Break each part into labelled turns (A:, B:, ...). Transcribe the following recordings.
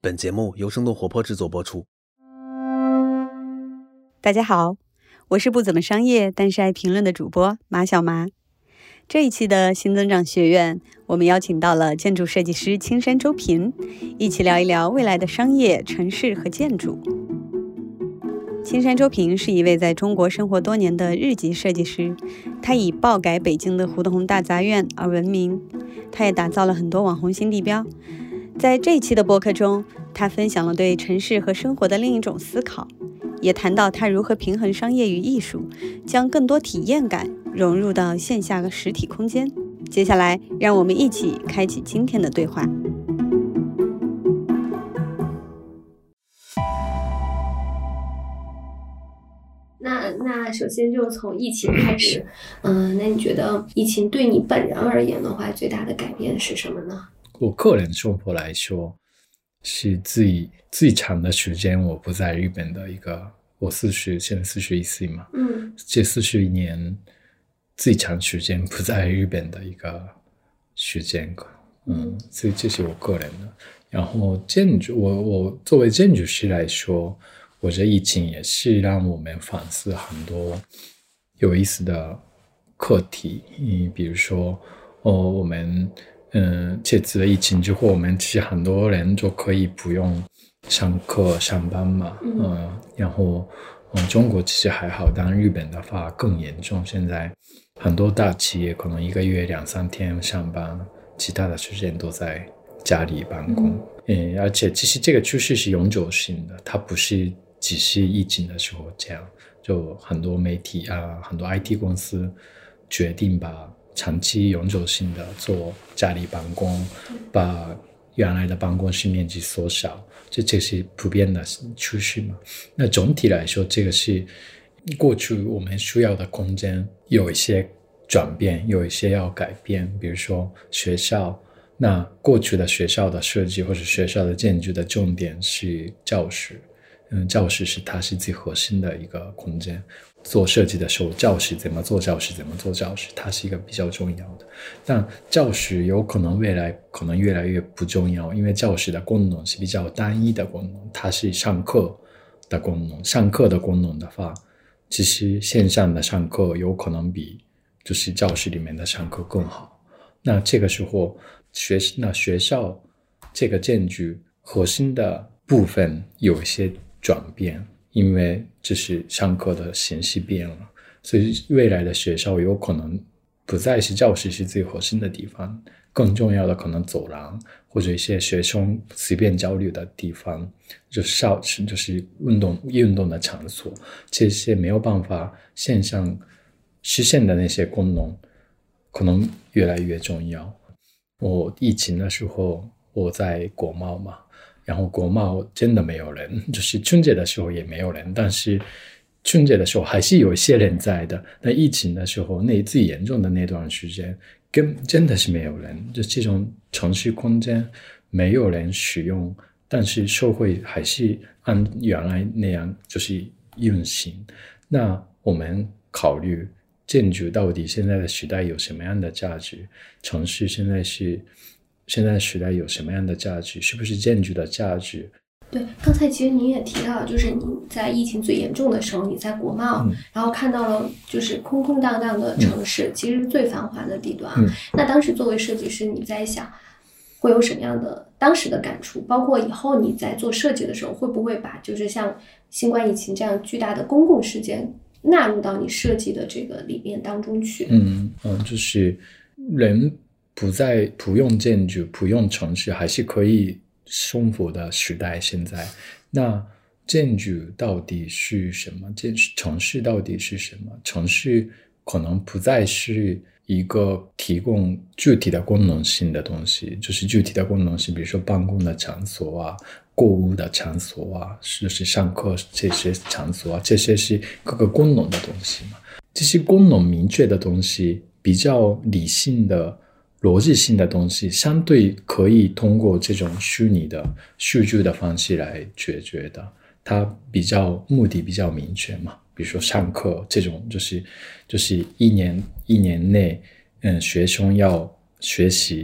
A: 本节目由生动活泼制作播出。
B: 大家好，我是不怎么商业但是爱评论的主播马小麻。这一期的新增长学院，我们邀请到了建筑设计师青山周平，一起聊一聊未来的商业、城市和建筑。青山周平是一位在中国生活多年的日籍设计师，他以爆改北京的胡同大杂院而闻名，他也打造了很多网红新地标。在这一期的播客中，他分享了对城市和生活的另一种思考，也谈到他如何平衡商业与艺术，将更多体验感融入到线下的实体空间。接下来，让我们一起开启今天的对话。
C: 那首先就从疫情开始，那你觉得疫情对你本人而言的话，最大的改变是什么呢？
D: 我个人生活来说，是最长的时间我不在日本的一个，我现在41岁嘛，这41年最长时间不在日本的一个时间，所以这是我个人的。然后建筑，我作为建筑师来说，我觉得疫情也是让我们反思很多有意思的课题，比如说我们这次的疫情之后，我们其实很多人就可以不用上课上班嘛，然后中国其实还好，但日本的话更严重，现在很多大企业可能一个月2-3天上班，其他的时间都在家里办公，而且其实这个趋势是永久性的，它不是只是疫情的时候这样，就很多媒体啊，很多 IT 公司决定把长期永久性的做家里办公，把原来的办公室面积缩小，这是普遍的趋势嘛。那总体来说，这个是过去我们需要的空间有一些转变，有一些要改变。比如说学校，那过去的学校的设计或者学校的建筑的重点是教室，教室是它是最核心的一个空间。做设计的时候，教室怎么做教室，它是一个比较重要的。但教室有可能未来可能越来越不重要，因为教室的功能是比较单一的功能，它是上课的功能。上课的功能的话，其实线上的上课有可能比就是教室里面的上课更好。那这个时候学校这个建筑核心的部分有一些转变，因为这是上课的形式变了，所以未来的学校有可能不再是教室是最核心的地方，更重要的可能走廊或者一些学生随便交流的地方，就是运动的场所，这些没有办法线上实现的那些功能可能越来越重要。我疫情的时候我在国贸嘛，然后国贸真的没有人，就是春节的时候也没有人，但是春节的时候还是有一些人在的。那疫情的时候，那最严重的那段时间真的是没有人，就这种城市空间没有人使用，但是社会还是按原来那样就是运行。那我们考虑建筑到底现在的时代有什么样的价值，城市现在的时代有什么样的价值，是不是建筑的价值。
C: 对，刚才其实您也提到，就是你在疫情最严重的时候，你在国贸，然后看到了就是空空荡荡的城市，其实是最繁华的地段。那当时作为设计师，你在想会有什么样的当时的感触，包括以后你在做设计的时候，会不会把就是像新冠疫情这样巨大的公共事件纳入到你设计的这个理念当中去？
D: 就是人不用建筑，不用城市，还是可以生活的时代。现在，那建筑到底是什么？城市到底是什么？城市可能不再是一个提供具体的功能性的东西，就是具体的功能性，比如说办公的场所啊，购物的场所啊，就是上课这些场所啊，这些是各个功能的东西嘛。这些功能明确的东西，比较理性的逻辑性的东西，相对可以通过这种虚拟的数据的方式来解决的，它目的比较明确嘛。比如说上课这种，就是一年内学生要学习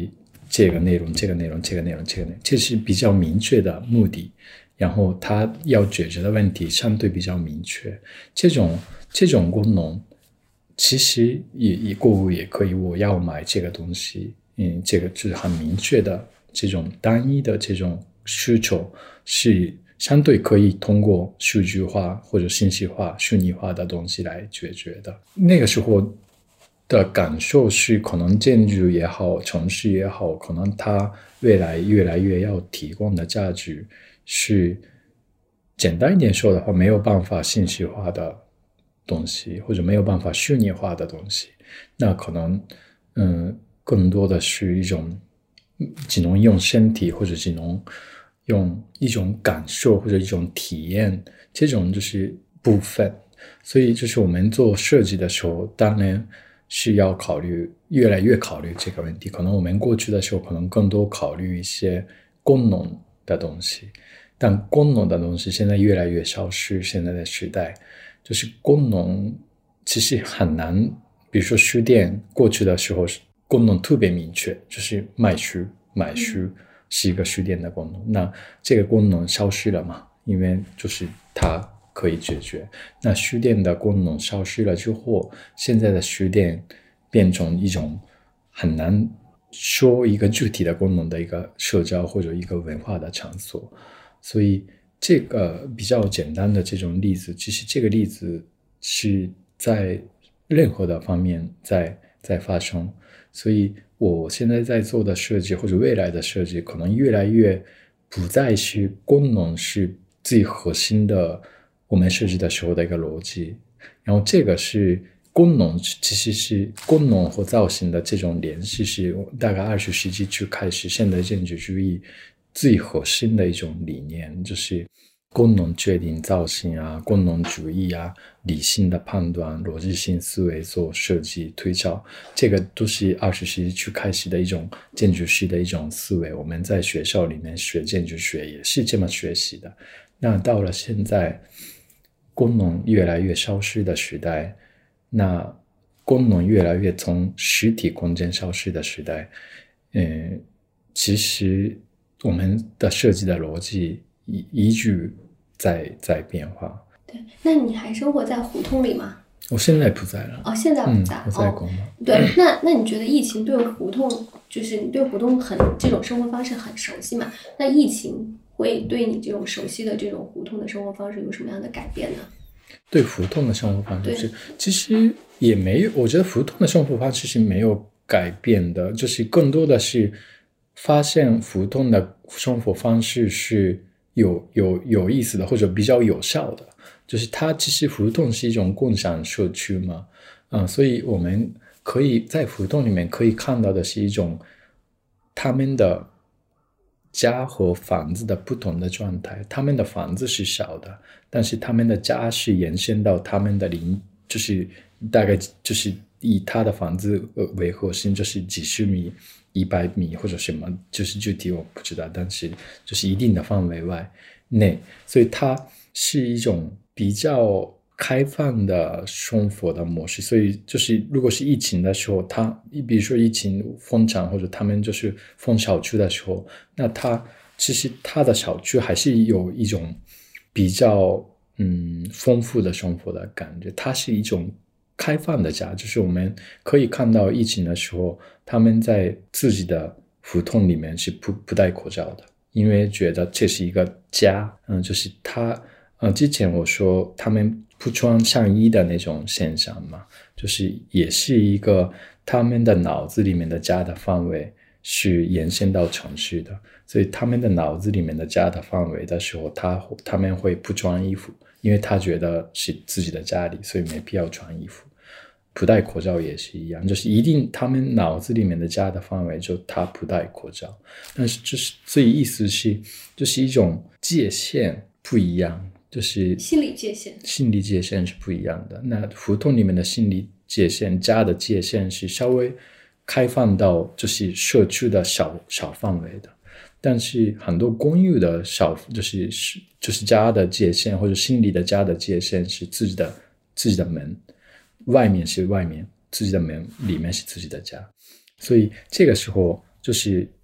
D: 这个内容，这是比较明确的目的，然后它要解决的问题相对比较明确。这种功能其实也购物也可以，我要买这个东西，这个就是很明确的这种单一的这种需求是相对可以通过数据化或者信息化、虚拟化的东西来解决的。那个时候的感受是，可能建筑也好，城市也好，可能它未来越来越要提供的价值是，简单一点说的话，没有办法信息化的东西，或者没有办法虚拟化的东西，那可能更多的是一种只能用身体，或者只能用一种感受或者一种体验，这种就是部分。所以就是我们做设计的时候，当然是要越来越考虑这个问题。可能我们过去的时候可能更多考虑一些功能的东西，但功能的东西现在越来越消失。现在的时代就是功能其实很难，比如说书店过去的时候功能特别明确，就是买书是一个书店的功能，那这个功能消失了嘛，因为就是它可以解决。那书店的功能消失了之后，现在的书店变成一种很难说一个具体的功能的一个社交或者一个文化的场所。所以这个比较简单的这种例子，其实这个例子是在任何的方面在发生。所以我现在在做的设计或者未来的设计，可能越来越不再是功能是最核心的我们设计的时候的一个逻辑，然后这个是功能，其实是功能和造型的这种联系，是大概20世纪就开始现代建筑主义最核心的一种理念，就是功能决定造型啊，功能主义啊，理性的判断，逻辑性思维做设计推敲，这个都是20世纪就开始的一种建筑师的一种思维。我们在学校里面学建筑学也是这么学习的。那到了现在功能越来越消失的时代，那功能越来越从实体空间消失的时代，其实我们的设计的逻辑一直在变化。
C: 对，那你还生活在胡同里吗？
D: 我现在不在了。
C: 现在不在。
D: 我在国贸。
C: 对，那你觉得疫情对胡同，就是你对胡同这种生活方式很熟悉嘛？那疫情会对你这种熟悉的这种胡同的生活方式有什么样的改变呢？
D: 对胡同的生活方式，其实也没有，我觉得胡同的生活方式是没有改变的，就是更多的是发现胡同的生活方式是有意思的，或者比较有效的。就是它其实胡同是一种共享社区嘛，所以我们可以在胡同里面可以看到的是一种他们的家和房子的不同的状态。他们的房子是小的，但是他们的家是延伸到他们的就是大概就是以他的房子为核心，就是几十米、100米或者什么，就是具体我不知道，但是就是一定的范围内，所以它是一种比较开放的生活的模式。所以就是如果是疫情的时候，比如说疫情封城或者他们就是封小区的时候，那其实他的小区还是有一种比较丰富的生活的感觉。它是一种开放的家，就是我们可以看到疫情的时候，他们在自己的胡同里面是不戴口罩的，因为觉得这是一个家。就是之前我说他们不穿上衣的那种现象嘛，就是也是一个他们的脑子里面的家的范围是延伸到城市的，所以他们的脑子里面的家的范围的时候，他们会不穿衣服，因为他觉得是自己的家里，所以没必要穿衣服。不戴口罩也是一样，就是一定他们脑子里面的家的范围就他不戴口罩，但是就是这意思是就是一种界限不一样，就是
C: 心理界限
D: 是不一样的。那胡同里面的心理界限、家的界限是稍微开放到就是社区的小范围的，但是很多公寓的就是家的界限或者心理的家的界限是自己的门，外面是外面，自己的门里面是自己的家。所以这个时候就是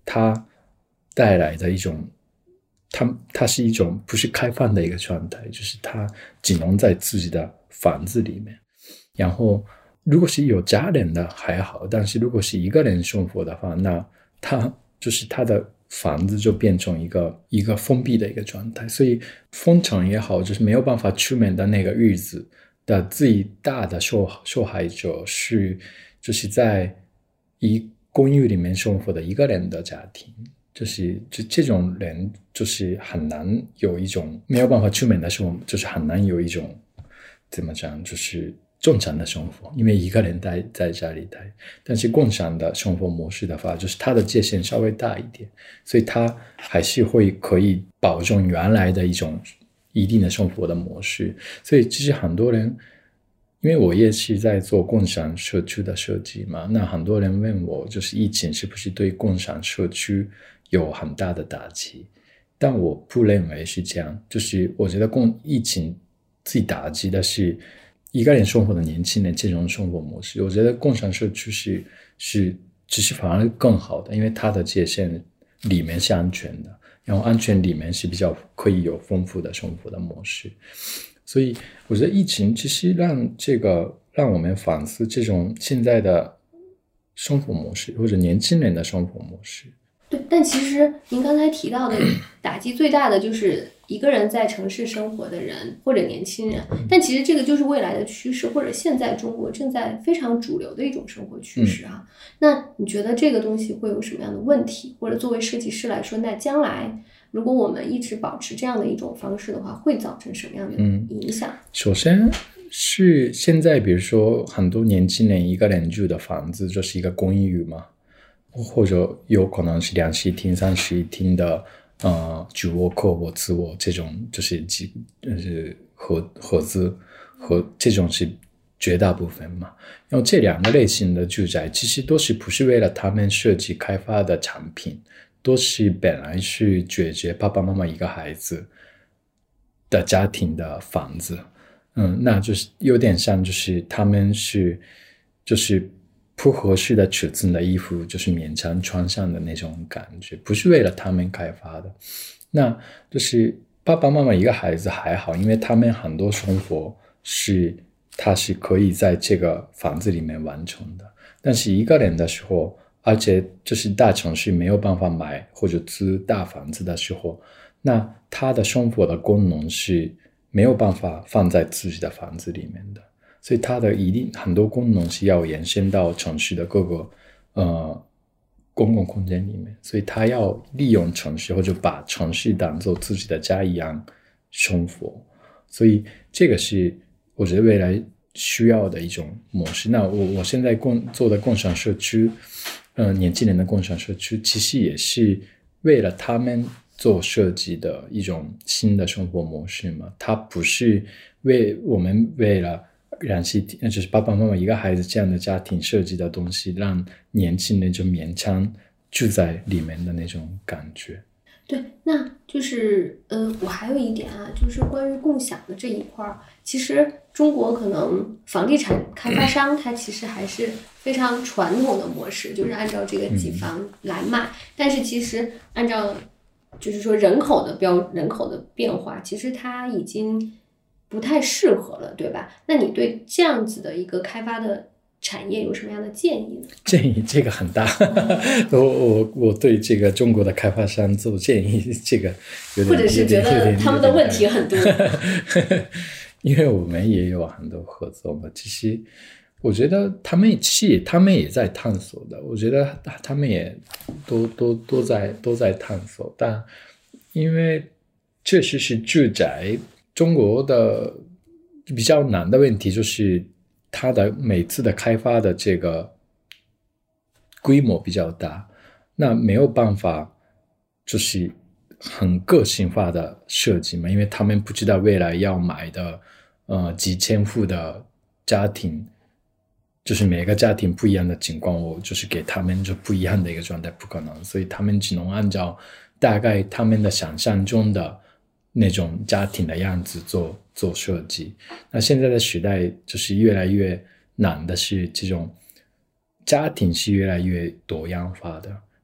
D: 它带来的一种，它是一种不是开放的一个状态，就是它只能在自己的房子里面。然后如果是有家人的还好，但是如果是一个人生活的话，那他的房子就变成一个封闭的一个状态。所以封城也好，就是没有办法出门的那个日子的最大的受害者就是在公寓里面生活的一个人的家庭。就这种人就是很难有一种没有办法出门的时候，就是很难有一种怎么讲，就是正常的生活，因为一个人在家里待。但是共产的生活模式的话，就是它的界限稍微大一点，所以它还是可以保证原来的一定的生活的模式。所以其实很多人，因为我也是在做共享社区的设计嘛，那很多人问我，就是疫情是不是对共享社区有很大的打击？但我不认为是这样，就是我觉得疫情最打击的是一个人生活的年轻人这种生活模式。我觉得共享社区只是反而更好的，因为它的界限里面是安全的，然后安全里面是比较可以有丰富的生活的模式。所以我觉得疫情其实让我们反思这种现在的生活模式，或者年轻人的生活模式。
C: 对，但其实您刚才提到的打击最大的就是一个人在城市生活的人或者年轻人，但其实这个就是未来的趋势，或者现在中国正在非常主流的一种生活趋势啊。那你觉得这个东西会有什么样的问题？或者作为设计师来说，那将来如果我们一直保持这样的一种方式的话，会造成什么样的影响？
D: 首先是现在比如说很多年轻人一个人住的房子就是一个公寓嘛，或者有可能是2室一厅3室一厅的主卧客卧次卧，这种就是合资和这种是绝大部分嘛。然后这两个类型的住宅其实都是不是为了他们设计开发的产品，都是本来是解决爸爸妈妈一个孩子的家庭的房子。那就是有点像就是他们就是不合适的尺寸的衣服就是勉强穿上的那种感觉，不是为了他们开发的。那就是爸爸妈妈一个孩子还好，因为他们很多生活他是可以在这个房子里面完成的。但是一个人的时候，而且就是大城市没有办法买或者租大房子的时候，那他的生活的功能是没有办法放在自己的房子里面的。所以它的很多功能是要延伸到城市的各个公共空间里面，所以它要利用城市或者把城市当做自己的家一样生活。所以这个是我觉得未来需要的一种模式。那我现在做的共享社区，年轻人的共享社区，其实也是为了他们做设计的一种新的生活模式嘛。它不是我们为了就是爸爸妈妈一个孩子这样的家庭设计的东西，让年轻人就勉强住在里面的那种感觉。
C: 对，那就是我还有一点啊，就是关于共享的这一块，其实中国可能房地产开发商它其实还是非常传统的模式，就是按照这个几房来卖。但是其实按照就是说人口的变化，其实它已经不太适合了，对吧？那你对这样子的一个开发的产业有什么样的建议呢？
D: 建议这个很大我对这个中国的开发商做建议，这个有点，
C: 或者是觉得他们的问题很多
D: 因为我们也有很多合作嘛。其实我觉得他们也在探索的，我觉得他们也都在探索。但因为确实是住宅，中国的比较难的问题就是它的每次的开发的这个规模比较大，那没有办法就是很个性化的设计嘛，因为他们不知道未来要买的几千户的家庭，就是每个家庭不一样的情况，我就是给他们就不一样的一个状态，不可能，所以他们只能按照大概他们的想象中的那种家庭的样子做设计。那现在的时代就是越来越难的是，这种家庭是越来越多样化的，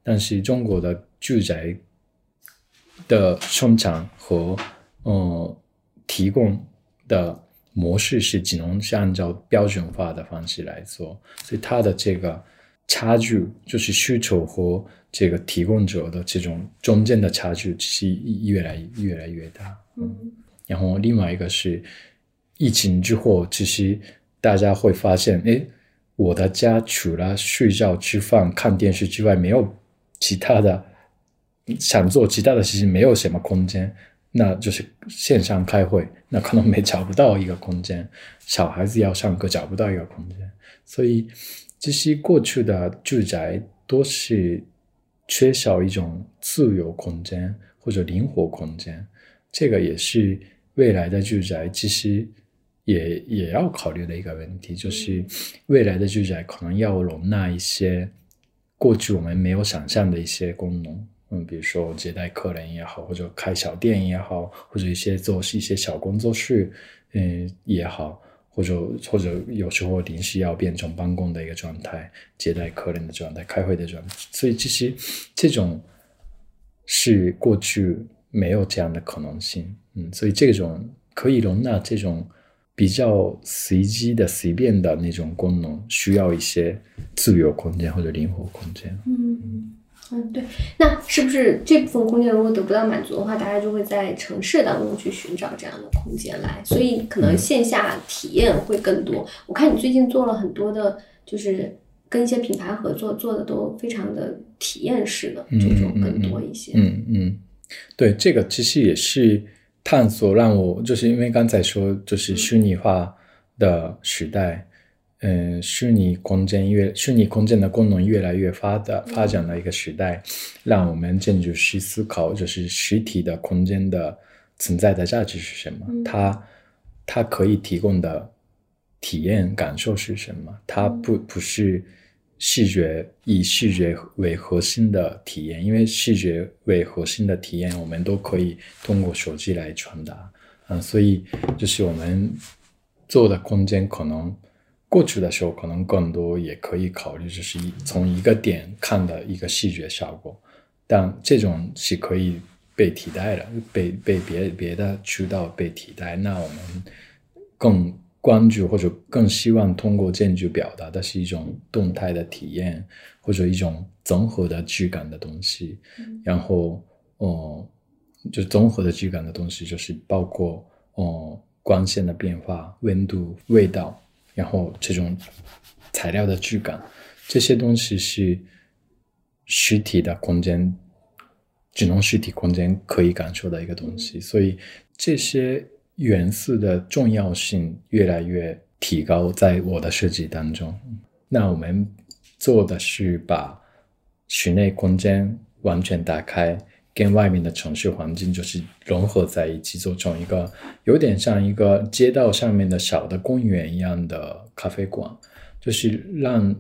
D: 但是中国的住宅的生产和提供的模式只能是按照标准化的方式来做，所以它的这个差距，就是需求和这个提供者的这种中间的差距是越来越大。然后另外一个是疫情之后，其实大家会发现，我的家除了睡觉、吃饭、看电视之外，没有其他的想做其他的事情，没有什么空间，那就是线上开会，那可能找不到一个空间，小孩子要上课找不到一个空间，所以这些过去的住宅都是缺少一种自由空间或者灵活空间，这个也是未来的住宅其实也要考虑的一个问题，就是未来的住宅可能要容纳一些过去我们没有想象的一些功能，比如说接待客人也好，或者开小店也好，或者做一些小工作室也好，或者有时候临时要变成办公的一个状态，接待客人的状态，开会的状态，所以其实这种是过去没有这样的可能性，所以这种可以容纳这种比较随机的随便的那种功能，需要一些自由空间或者灵活空间。
C: 对，那是不是这部分空间如果得不到满足的话，大家就会在城市当中去寻找这样的空间来，所以可能线下体验会更多。我看你最近做了很多的，就是跟一些品牌合作，做的都非常的体验式的这种更多一些。
D: 对，这个其实也是探索，让我就是因为刚才说就是虚拟化的时代，虚拟空间的功能越来越发展的一个时代，让我们建筑师思考就是实体的空间的存在的价值是什么，它可以提供的体验感受是什么，它不是以视觉为核心的体验，因为视觉为核心的体验我们都可以通过手机来传达，所以就是我们做的空间可能过去的时候可能更多也可以考虑就是从一个点看的一个视觉效果，但这种是可以被替代的，被别的渠道被替代，那我们更关注或者更希望通过建筑表达的是一种动态的体验，或者一种综合的质感的东西，然后就综合的质感的东西就是包括光线的变化、温度、味道，然后这种材料的质感，这些东西是实体的空间，只能实体空间可以感受的一个东西，所以这些元素的重要性越来越提高在我的设计当中。那我们做的是把室内空间完全打开，跟外面的城市环境就是融合在一起，做成一个有点像一个街道上面的小的公园一样的咖啡馆，就是让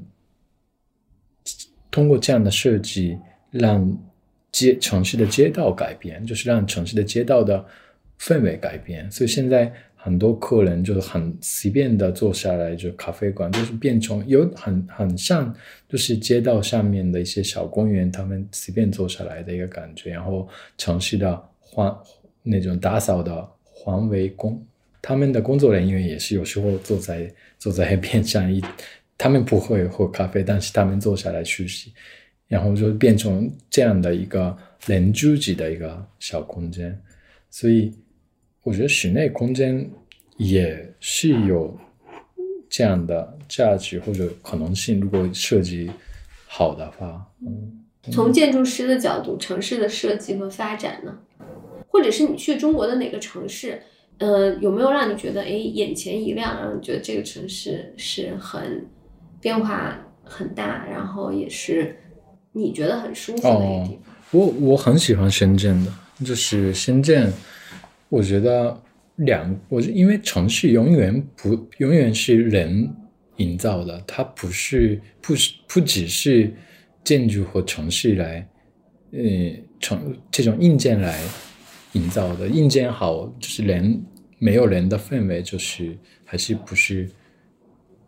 D: 通过这样的设计让城市的街道改变，就是让城市的街道的氛围改变，所以现在很多客人就是很随便的坐下来，就咖啡馆就是变成有很像就是街道上面的一些小公园，他们随便坐下来的一个感觉，然后城市的那种打扫的环卫工，他们的工作人员也是有时候坐在边上，他们不会喝咖啡，但是他们坐下来休息，然后就变成这样的一个人聚集的一个小空间，所以我觉得室内空间也是有这样的价值或者可能性，如果设计好的话。
C: 从建筑师的角度，城市的设计和发展呢，或者是你去中国的哪个城市，有没有让你觉得眼前一亮，让你觉得这个城市是很变化很大，然后也是你觉得很舒服的一个地方？
D: 我很喜欢深圳的，就是深圳我觉得因为城市永远是人营造的，它不只是建筑和城市来这种硬件来营造的，硬件好就是没有人的氛围就是还是不是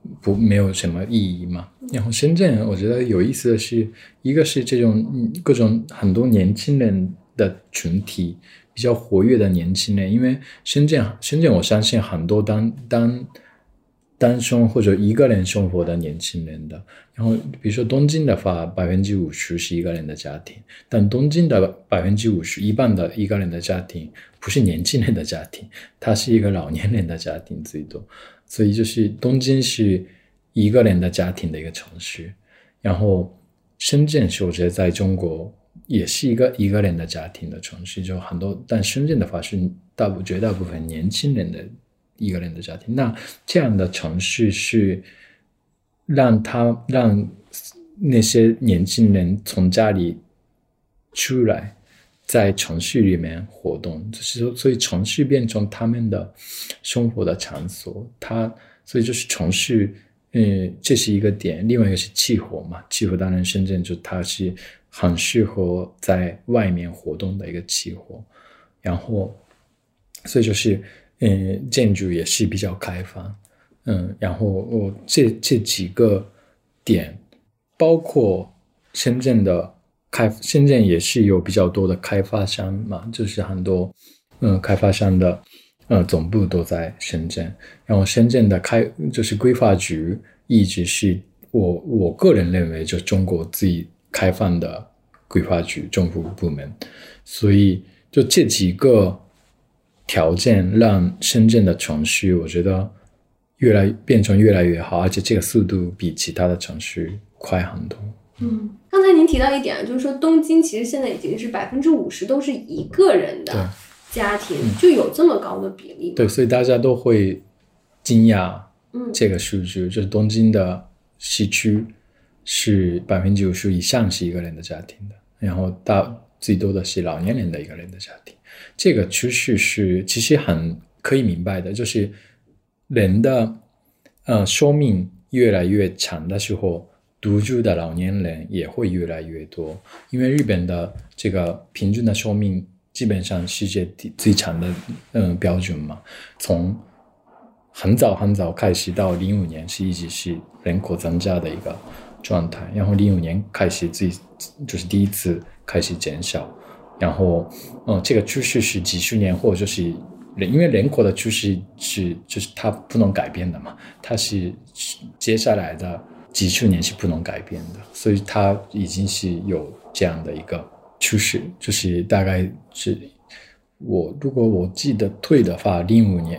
D: 没有什么意义嘛。然后深圳我觉得有意思的是，一个是这种各种很多年轻人的群体，比较活跃的年轻人，因为深圳我相信很多单身或者一个人生活的年轻人的。然后比如说东京的话 50% 是一个人的家庭，但东京的 50% 一半的一个人的家庭不是年轻人的家庭，它是一个老年人的家庭最多。所以就是东京是一个人的家庭的一个城市，然后深圳是我觉得在中国也是一个人的家庭的城市，就很多，但深圳的话是绝大部分年轻人的一个人的家庭。那这样的城市是让那些年轻人从家里出来，在城市里面活动，就是说，所以城市变成他们的生活的场所。所以就是城市，这是一个点。另外一个是气候嘛，气候当然深圳就它是很适合在外面活动的一个气候。然后，所以就是建筑也是比较开放。然后这几个点，包括深圳也是有比较多的开发商嘛，就是很多开发商的总部都在深圳。然后深圳的就是规划局一直是我个人认为就中国最开放的规划局政府部门，所以就这几个条件让深圳的城市我觉得变成越来越好，而且这个速度比其他的城市快很多。
C: 刚才您提到一点，就是说东京其实现在已经是50%都是一个人的家庭，就有这么高的比例。
D: 对，所以大家都会惊讶这个数据，就是东京的西区是50%以上是一个人的家庭的，然后最多的是老年人的一个人的家庭。这个趋势是其实很可以明白的，就是人的寿命越来越长的时候，独居的老年人也会越来越多。因为日本的这个平均的寿命基本上世界最长的标准嘛，从很早开始到05年是一直是人口增加的一个状态，然后05年开始就是第一次开始减少，然后这个趋势是几十年，或者就是因为人口的趋势就是它不能改变的嘛，它是接下来的几十年是不能改变的，所以它已经是有这样的一个趋势，就是大概是如果我记得对的话，05年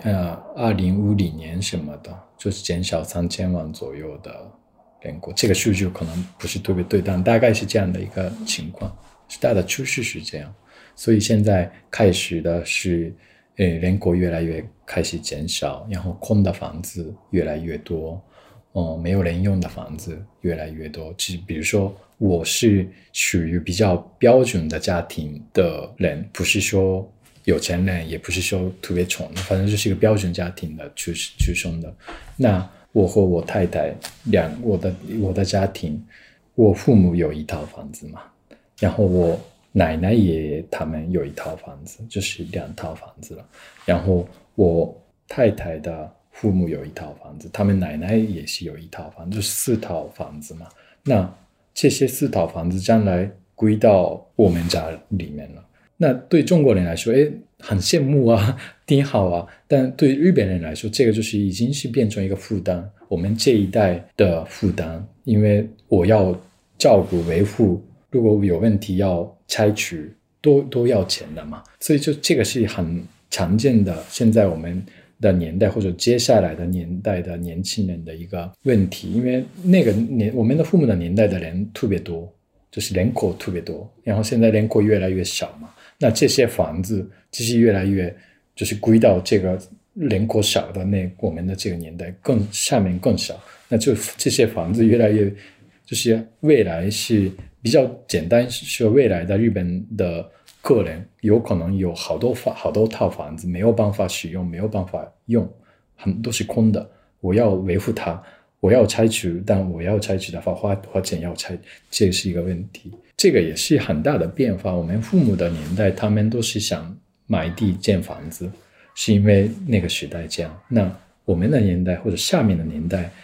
D: 2050年什么的，就是减少3000万左右的人口。这个数据可能不是特别对，但大概是这样的一个情况，大的趋势是这样。所以现在开始的是人口越来越开始减少，然后空的房子越来越多，没有人用的房子越来越多。比如说我是属于比较标准的家庭的人，不是说有钱人，也不是说特别穷的，反正就是一个标准家庭的出生的。那我和我太太我的家庭，我父母有一套房子嘛，然后我奶奶爷爷他们有一套房子，就是2套房子了。然后我太太的父母有一套房子，他们奶奶也是有一套房子，就是4套房子嘛。那这些4套房子将来归到我们家里面了。那对中国人来说，很羡慕啊，挺好啊。但对日本人来说，这个就是已经是变成一个负担，我们这一代的负担，因为我要照顾维护，如果有问题要拆除，都要钱的嘛。所以就这个是很常见的，现在我们的年代或者接下来的年代的年轻人的一个问题。因为我们的父母的年代的人特别多，就是人口特别多，然后现在人口越来越少嘛，那这些房子就是越来越就是归到这个人口少的我们的这个年代下面更少，那就这些房子越来越就是未来是比较简单，说未来的日本的个人有可能有好多套房子没有办法使用，没有办法用，很多是空的，我要维护它，我要拆除，但我要拆除的话花钱要拆，这是一个问题。这个也是很大的变化。我们父母的年代他们都是想买地建房子，是因为那个时代这样。那我们的年代或者下面的年代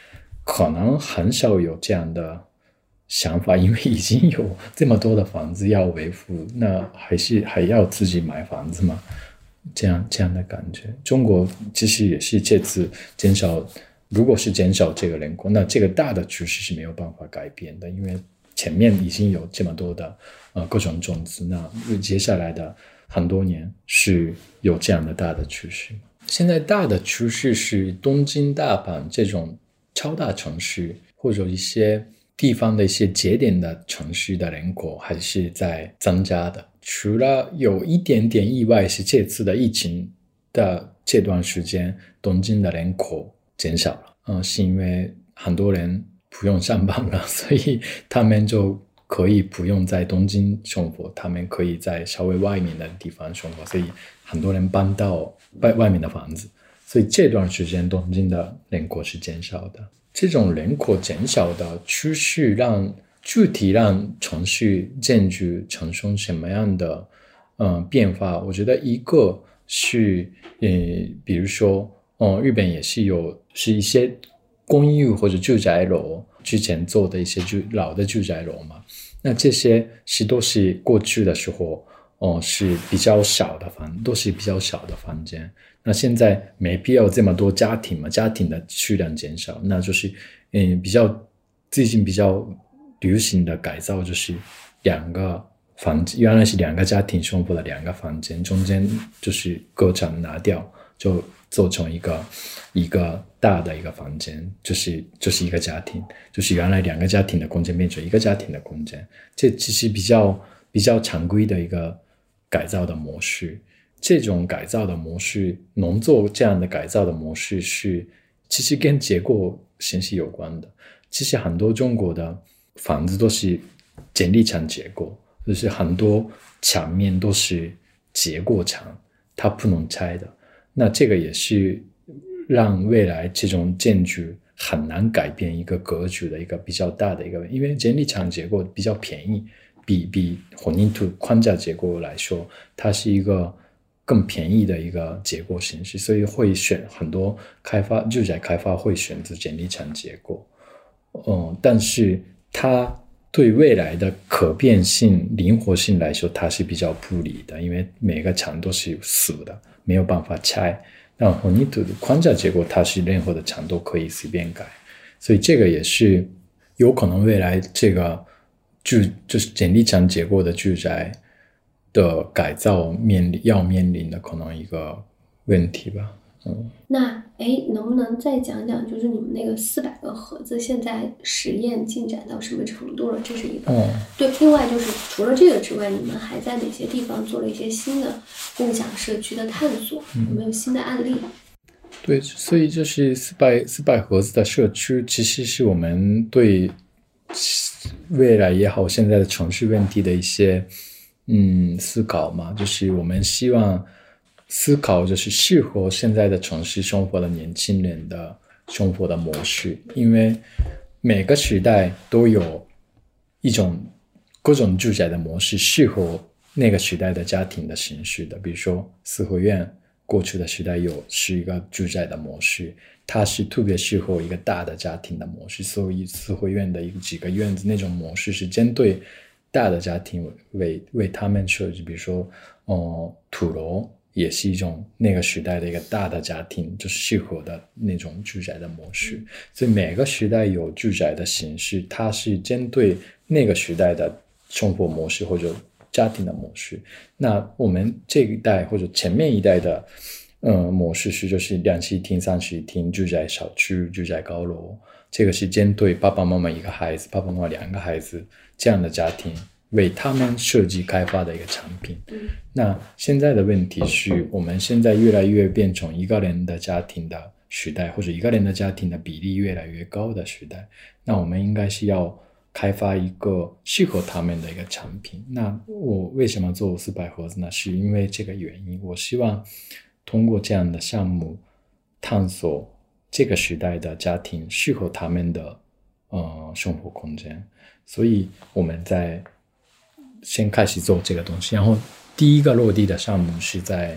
D: 可能很少有这样的想法，因为已经有这么多的房子要维护，那还要自己买房子吗？这样的感觉。中国其实也是这次减少，如果是减少这个人口，那这个大的趋势是没有办法改变的，因为前面已经有这么多的各种种子，那接下来的很多年是有这样的大的趋势。现在大的趋势是东京、大阪这种超大城市或者一些地方的一些节点的城市的人口还是在增加的，除了有一点点意外是这次的疫情的这段时间东京的人口减少了，是因为很多人不用上班了，所以他们就可以不用在东京生活，他们可以在稍微外面的地方生活，所以很多人搬到外面的房子，所以这段时间东京的人口是减少的。这种人口减少的趋势具体让城市建筑产生什么样的变化，我觉得一个是比如说日本也是一些公寓或者住宅楼之前做的一些老的住宅楼嘛，那这些都是过去的时候是比较少的都是比较小的房间，那现在没必要这么多家庭嘛，家庭的数量减少，那就是最近比较流行的改造就是两个房间，原来是两个家庭生活的两个房间，中间就是隔墙拿掉，就做成一个大的一个房间，就是一个家庭，就是原来两个家庭的空间变成一个家庭的空间，这其实比较常规的一个改造的模式。这种改造的模式，农作这样的改造的模式其实跟结构形式有关的。其实很多中国的房子都是剪力墙结构，就是很多墙面都是结构墙，它不能拆的。那这个也是让未来这种建筑很难改变一个格局的一个比较大的一个，因为剪力墙结构比较便宜，比混凝土框架结构来说，它是一个更便宜的一个结构形式，所以会选很多住宅开发会选择剪力墙结构。但是它对未来的可变性、灵活性来说，它是比较不利的，因为每个墙都是死的，没有办法拆。那混凝土的框架结构，它是任何的墙都可以随便改，所以这个也是有可能未来这个就是剪力墙结构的住宅的改造要面临的可能一个问题吧。
C: 那能不能再讲讲，就是你们那个400个盒子现在实验进展到什么程度了？这是一个。对，另外就是除了这个之外，你们还在哪些地方做了一些新的共享社区的探索？有没有新的案例？
D: 对，所以就是400盒子的社区，其实是我们对未来也好，现在的城市问题的一些思考嘛，就是我们希望思考就是适合现在的城市生活的年轻人的生活的模式，因为每个时代都有一种各种住宅的模式适合那个时代的家庭的形式的，比如说四合院过去的时代是一个住宅的模式，它是特别适合一个大的家庭的模式，所以四合院的几个院子那种模式是针对大的家庭为他们设计，比如说土楼也是一种那个时代的一个大的家庭就是适合的那种住宅的模式，所以每个时代有住宅的形式，它是针对那个时代的生活模式或者家庭的模式。那我们这一代或者前面一代的模式就是2室一厅3室一厅住宅小区住宅高楼，这个是针对爸爸妈妈一个孩子爸爸妈妈2个孩子这样的家庭为他们设计开发的一个产品。那现在的问题是我们现在越来越变成一个人的家庭的时代，或者一个人的家庭的比例越来越高的时代，那我们应该是要开发一个适合他们的一个产品。那我为什么做400盒子呢？是因为这个原因，我希望通过这样的项目探索这个时代的家庭适合他们的生活空间，所以我们在先开始做这个东西，然后第一个落地的项目是在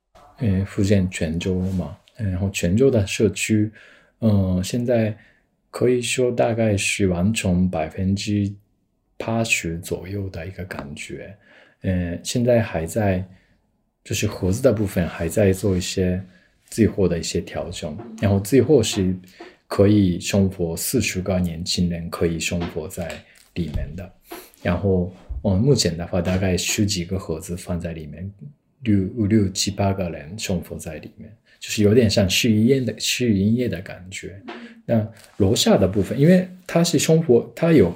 D: 福建泉州嘛，然后泉州的社区现在可以说大概是完成80%左右的一个感觉。现在还在就是盒子的部分还在做一些最后的一些调整，然后最后是可以生活40个年轻人可以生活在里面的。然后目前的话大概10几个盒子放在里面，6、7、8个人生活在里面，就是有点像试营业的感觉。那楼下的部分因为它是生活，它有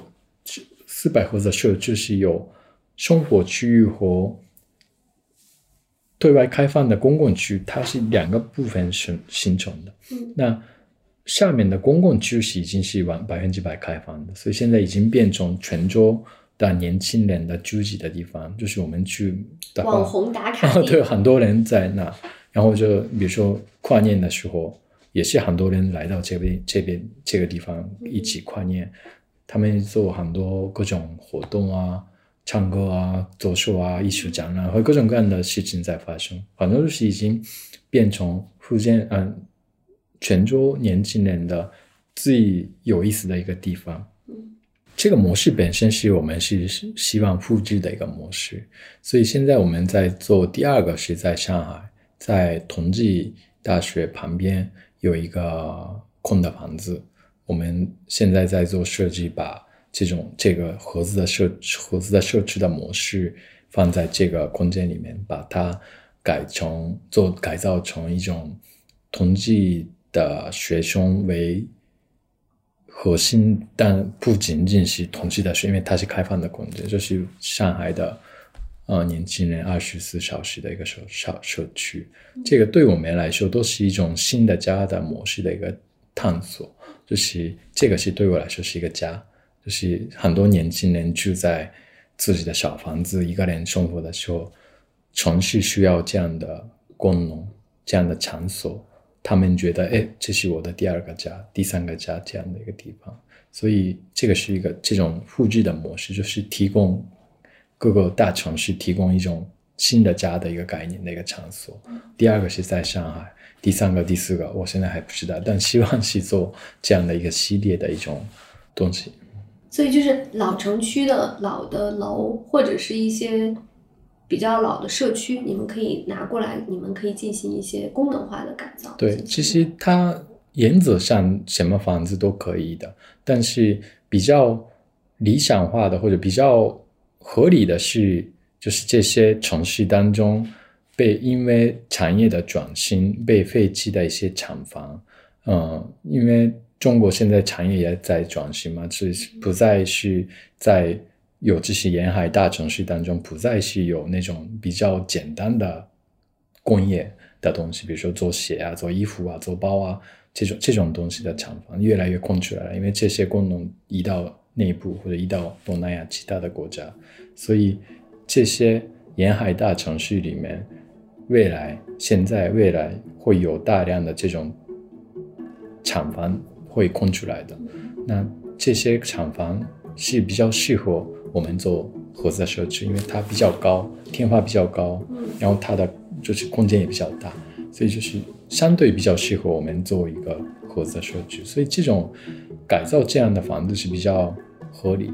D: 400盒子的设置是有生活区域和对外开放的公共区，它是2个部分形成的。那下面的公共区是已经是100%开放的，所以现在已经变成泉州的年轻人的聚集的地方，就是我们去的话
C: 网红打卡地，
D: 对，很多人在那，然后就比如说跨年的时候也是很多人来到这个地方一起跨年，他们做很多各种活动啊，唱歌啊，做秀啊，艺术展览和各种各样的事情在发生，反正就是已经变成福建泉州年轻人的最有意思的一个地方。这个模式本身是我们是希望复制的一个模式，所以现在我们在做第2个是在上海，在同济大学旁边有一个空的房子，我们现在在做设计，把这个盒子的设置的模式放在这个空间里面，把它改造成一种同济的学生为核心，但不仅仅是同济大学，因为它是开放的空间，就是上海的年轻人24小时的一个社区。这个对我们来说都是一种新的家的模式的一个探索，就是这个是对我来说是一个家，就是很多年轻人住在自己的小房子一个人生活的时候，城市需要这样的功能，这样的场所，他们觉得这是我的第2个家，第3个家这样的一个地方。所以这个是一个这种复制的模式，就是提供各个大城市提供一种新的家的一个概念的一个场所。第2个是在上海，第3个第4个我现在还不知道，但希望是做这样的一个系列的一种东西。
C: 所以就是老城区的老的楼或者是一些比较老的社区，你们可以拿过来，你们可以进行一些功能化的改造。
D: 对，其实它原则上什么房子都可以的，但是比较理想化的或者比较合理的是，就是这些城市当中因为产业的转型被废弃的一些厂房，因为中国现在产业也在转型嘛，是不再是在有这些沿海大城市当中不再是有那种比较简单的工业的东西，比如说做鞋啊，做衣服啊，做包啊，这种东西的厂房越来越空出来了，因为这些功能移到内部或者移到东南亚其他的国家，所以这些沿海大城市里面未来会有大量的这种厂房会空出来的，那这些厂房是比较适合我们做盒子的设置，因为它比较高，天花比较高，然后它的就是空间也比较大，所以就是相对比较适合我们做一个盒子的设置，所以这种改造这样的房子是比较合理的。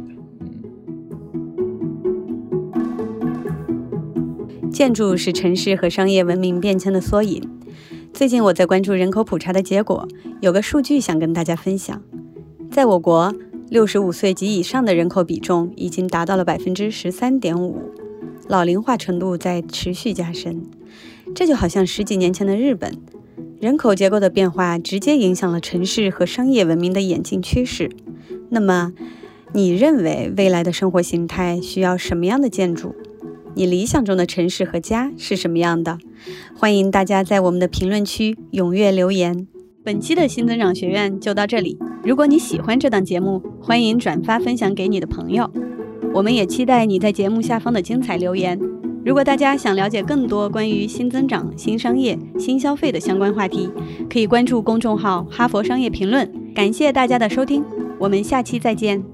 B: 建筑是城市和商业文明变迁的缩影。最近我在关注人口普查的结果，有个数据想跟大家分享。在我国，65岁及以上的人口比重已经达到了 13.5%， 老龄化程度在持续加深。这就好像10几年前的日本，人口结构的变化直接影响了城市和商业文明的演进趋势。那么，你认为未来的生活形态需要什么样的建筑？你理想中的城市和家是什么样的？欢迎大家在我们的评论区踊跃留言。本期的新增长学院就到这里。如果你喜欢这档节目，欢迎转发分享给你的朋友。我们也期待你在节目下方的精彩留言。如果大家想了解更多关于新增长、新商业、新消费的相关话题，可以关注公众号哈佛商业评论。感谢大家的收听，我们下期再见。